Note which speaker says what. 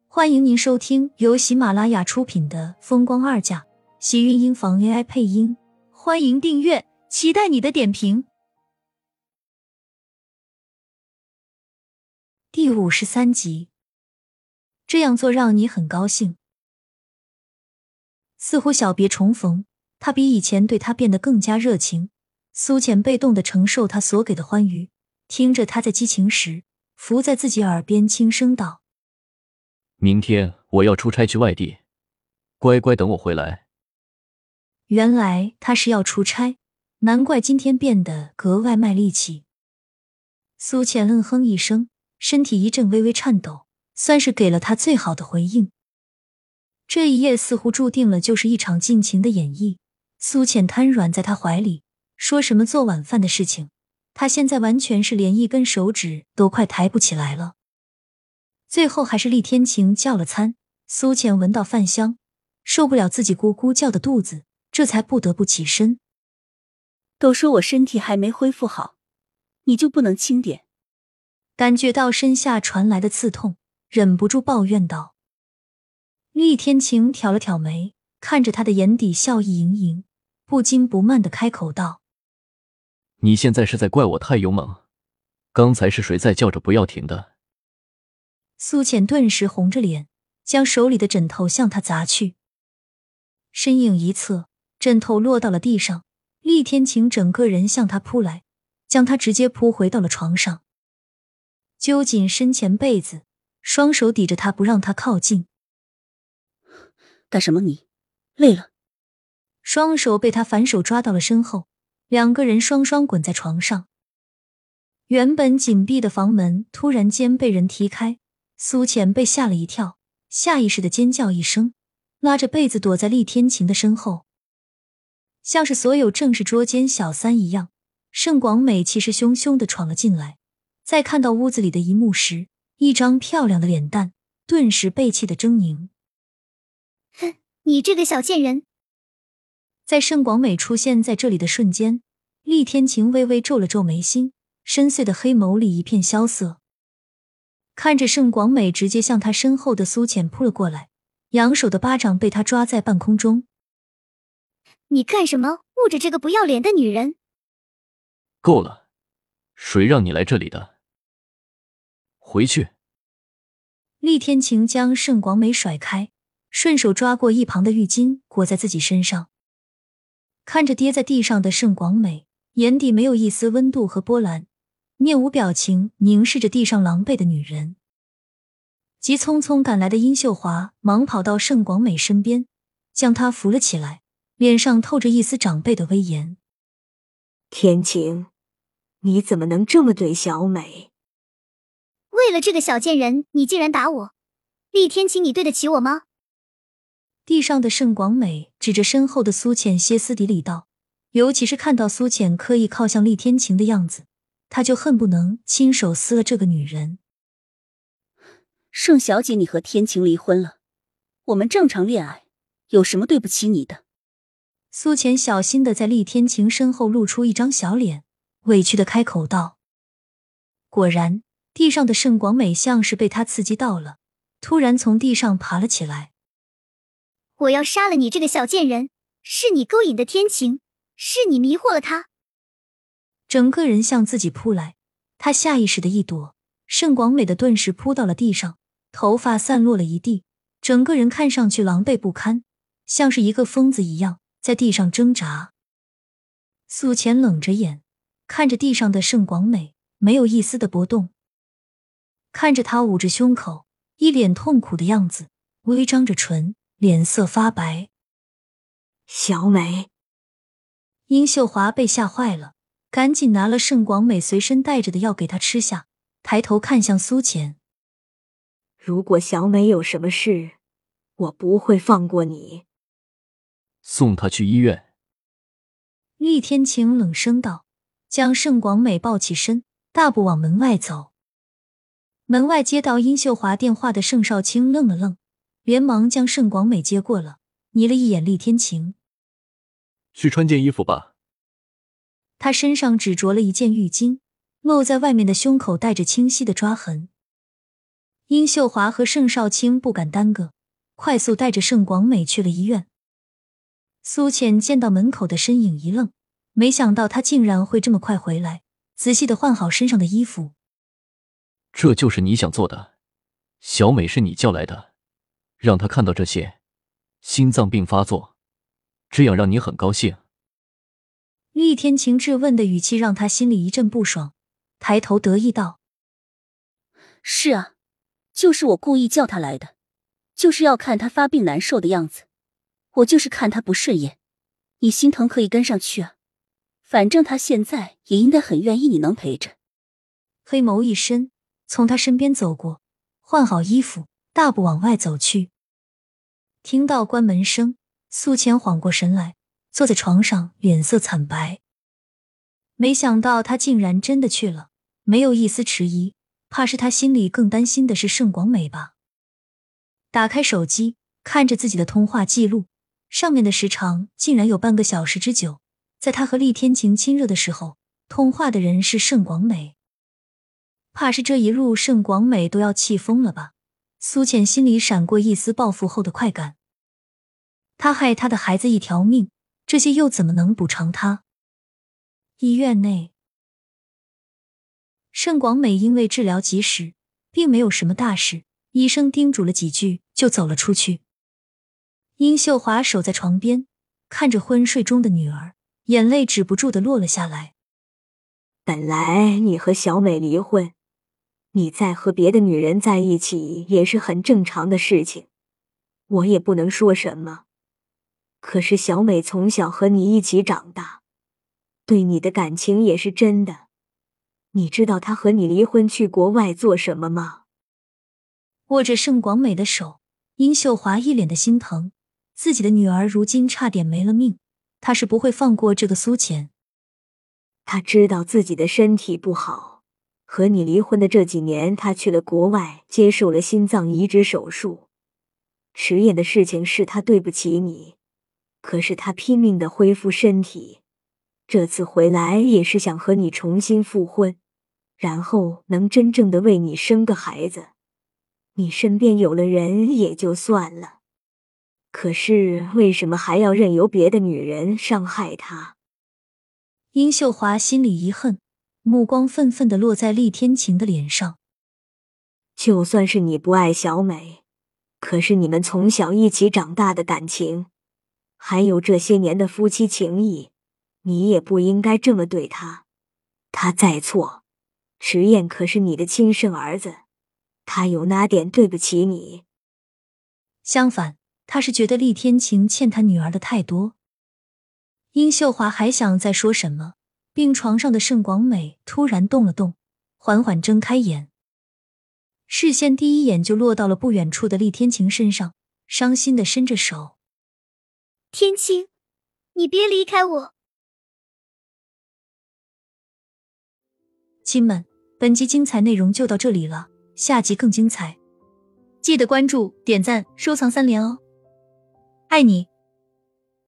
Speaker 1: 欢迎您收听由喜马拉雅出品的《风光二嫁》，喜运音房 AI 配音。欢迎订阅，期待你的点评。第53集，这样做让你很高兴。似乎小别重逢，他比以前对他变得更加热情。苏浅被动地承受他所给的欢愉，听着他在激情时伏在自己耳边轻声道：
Speaker 2: 明天我要出差去外地，乖乖等我回来。
Speaker 1: 原来他是要出差，难怪今天变得格外卖力气。苏浅嗯哼一声，身体一阵微微颤抖，算是给了他最好的回应。这一夜似乎注定了就是一场尽情的演绎。苏浅瘫软在他怀里，说什么做晚饭的事情，他现在完全是连一根手指都快抬不起来了。最后还是厉天晴叫了餐，苏浅闻到饭香，受不了自己咕咕叫的肚子，这才不得不起身。
Speaker 3: 都说我身体还没恢复好，你就不能轻点？
Speaker 1: 感觉到身下传来的刺痛，忍不住抱怨道。厉天晴挑了挑眉，看着他的眼底笑意盈盈，不紧不慢地开口道：
Speaker 2: 你现在是在怪我太勇猛？刚才是谁在叫着不要停的？
Speaker 1: 苏浅顿时红着脸，将手里的枕头向他砸去。身影一侧，枕头落到了地上，厉天晴整个人向他扑来，将他直接扑回到了床上，揪紧身前被子，双手抵着他不让他靠近。
Speaker 3: 干什么你？累了？
Speaker 1: 双手被他反手抓到了身后，两个人双双滚在床上。原本紧闭的房门突然间被人踢开，苏浅被吓了一跳，下意识地尖叫一声，拉着被子躲在厉天晴的身后。像是所有正式捉奸小三一样，盛广美气势汹汹地闯了进来，在看到屋子里的一幕时，一张漂亮的脸蛋顿时被气得狰狞。
Speaker 4: 哼，你这个小贱人！
Speaker 1: 在盛广美出现在这里的瞬间，厉天晴微微皱了皱眉心，深邃的黑眸里一片萧瑟。看着盛广美直接向他身后的苏浅扑了过来，扬手的巴掌被他抓在半空中。
Speaker 4: 你干什么？护着这个不要脸的女人！
Speaker 2: 够了，谁让你来这里的？回去！
Speaker 1: 厉天晴将盛广美甩开，顺手抓过一旁的浴巾裹在自己身上。看着跌在地上的盛广美，眼底没有一丝温度和波澜，面无表情凝视着地上狼狈的女人。急匆匆赶来的殷秀华忙跑到盛广美身边，将她扶了起来，脸上透着一丝长辈的威严。
Speaker 5: 天晴，你怎么能这么对小美？
Speaker 4: 为了这个小贱人，你竟然打我！厉天晴，你对得起我吗？
Speaker 1: 地上的盛广美指着身后的苏浅歇斯底里道，尤其是看到苏浅刻意靠向厉天晴的样子，他就恨不能亲手撕了这个女人。
Speaker 3: 盛小姐，你和天晴离婚了，我们正常恋爱，有什么对不起你的？
Speaker 1: 苏浅小心地在厉天晴身后露出一张小脸，委屈地开口道。果然，地上的盛广美像是被他刺激到了，突然从地上爬了起来。
Speaker 4: 我要杀了你这个小贱人！是你勾引的天晴，是你迷惑了他。
Speaker 1: 整个人向自己扑来，他下意识的一躲，盛广美的顿时扑到了地上，头发散落了一地，整个人看上去狼狈不堪，像是一个疯子一样在地上挣扎。苏浅冷着眼看着地上的盛广美，没有一丝的波动，看着他捂着胸口，一脸痛苦的样子，微张着唇，脸色发白。
Speaker 5: 小美！
Speaker 1: 殷秀华被吓坏了，赶紧拿了盛广美随身带着的药给她吃下，抬头看向苏浅。
Speaker 5: 如果小美有什么事，我不会放过你。
Speaker 2: 送她去医院。
Speaker 1: 厉天晴冷声道，将盛广美抱起身，大步往门外走。门外接到殷秀华电话的盛少卿愣了愣，连忙将盛广美接过了，睨了一眼厉天晴。
Speaker 2: 去穿件衣服吧。
Speaker 1: 他身上只着了一件浴巾，露在外面的胸口带着清晰的抓痕。 殷秀华和盛少卿不敢耽搁，快速带着盛广美去了医院。苏浅见到门口的身影一愣，没想到他竟然会这么快回来，仔细地换好身上的衣服。
Speaker 2: 这就是你想做的？小美是你叫来的，让她看到这些，心脏病发作，这样让你很高兴？
Speaker 1: 厉天晴质问的语气让他心里一阵不爽，抬头得意道：
Speaker 3: 是啊，就是我故意叫他来的，就是要看他发病难受的样子，我就是看他不顺眼，你心疼可以跟上去啊，反正他现在也应该很愿意你能陪着。
Speaker 1: 黑眸一深，从他身边走过，换好衣服，大步往外走去。听到关门声，苏浅缓过神来，坐在床上，脸色惨白。没想到他竟然真的去了，没有一丝迟疑，怕是他心里更担心的是盛广美吧。打开手机，看着自己的通话记录，上面的时长竟然有半个小时之久。在他和厉天晴亲热的时候，通话的人是盛广美。怕是这一路盛广美都要气疯了吧。苏浅心里闪过一丝报复后的快感。他害他的孩子一条命，这些又怎么能补偿他？医院内，盛广美因为治疗及时，并没有什么大事，医生叮嘱了几句就走了出去。殷秀华守在床边，看着昏睡中的女儿，眼泪止不住地落了下来。
Speaker 5: 本来你和小美离婚，你再和别的女人在一起也是很正常的事情，我也不能说什么。可是小美从小和你一起长大，对你的感情也是真的。你知道她和你离婚去国外做什么吗？
Speaker 1: 握着盛广美的手，殷秀华一脸的心疼，自己的女儿如今差点没了命，她是不会放过这个苏浅。
Speaker 5: 她知道自己的身体不好，和你离婚的这几年，她去了国外接受了心脏移植手术。迟延的事情是她对不起你，可是她拼命地恢复身体，这次回来也是想和你重新复婚，然后能真正的为你生个孩子。你身边有了人也就算了，可是为什么还要任由别的女人伤害她？
Speaker 1: 殷秀华心里一恨，目光愤愤地落在厉天晴的脸上。
Speaker 5: 就算是你不爱小美，可是你们从小一起长大的感情，还有这些年的夫妻情谊，你也不应该这么对她。她再错，迟燕可是你的亲生儿子，他有哪点对不起你？
Speaker 1: 相反，他是觉得厉天晴欠他女儿的太多。殷秀华还想再说什么，病床上的盛广美突然动了动，缓缓睁开眼，视线第一眼就落到了不远处的厉天晴身上，伤心地伸着手。
Speaker 4: 天晴，你别离开我。
Speaker 1: 亲们，本集精彩内容就到这里了，下集更精彩，记得关注、点赞、收藏3连哦，爱你。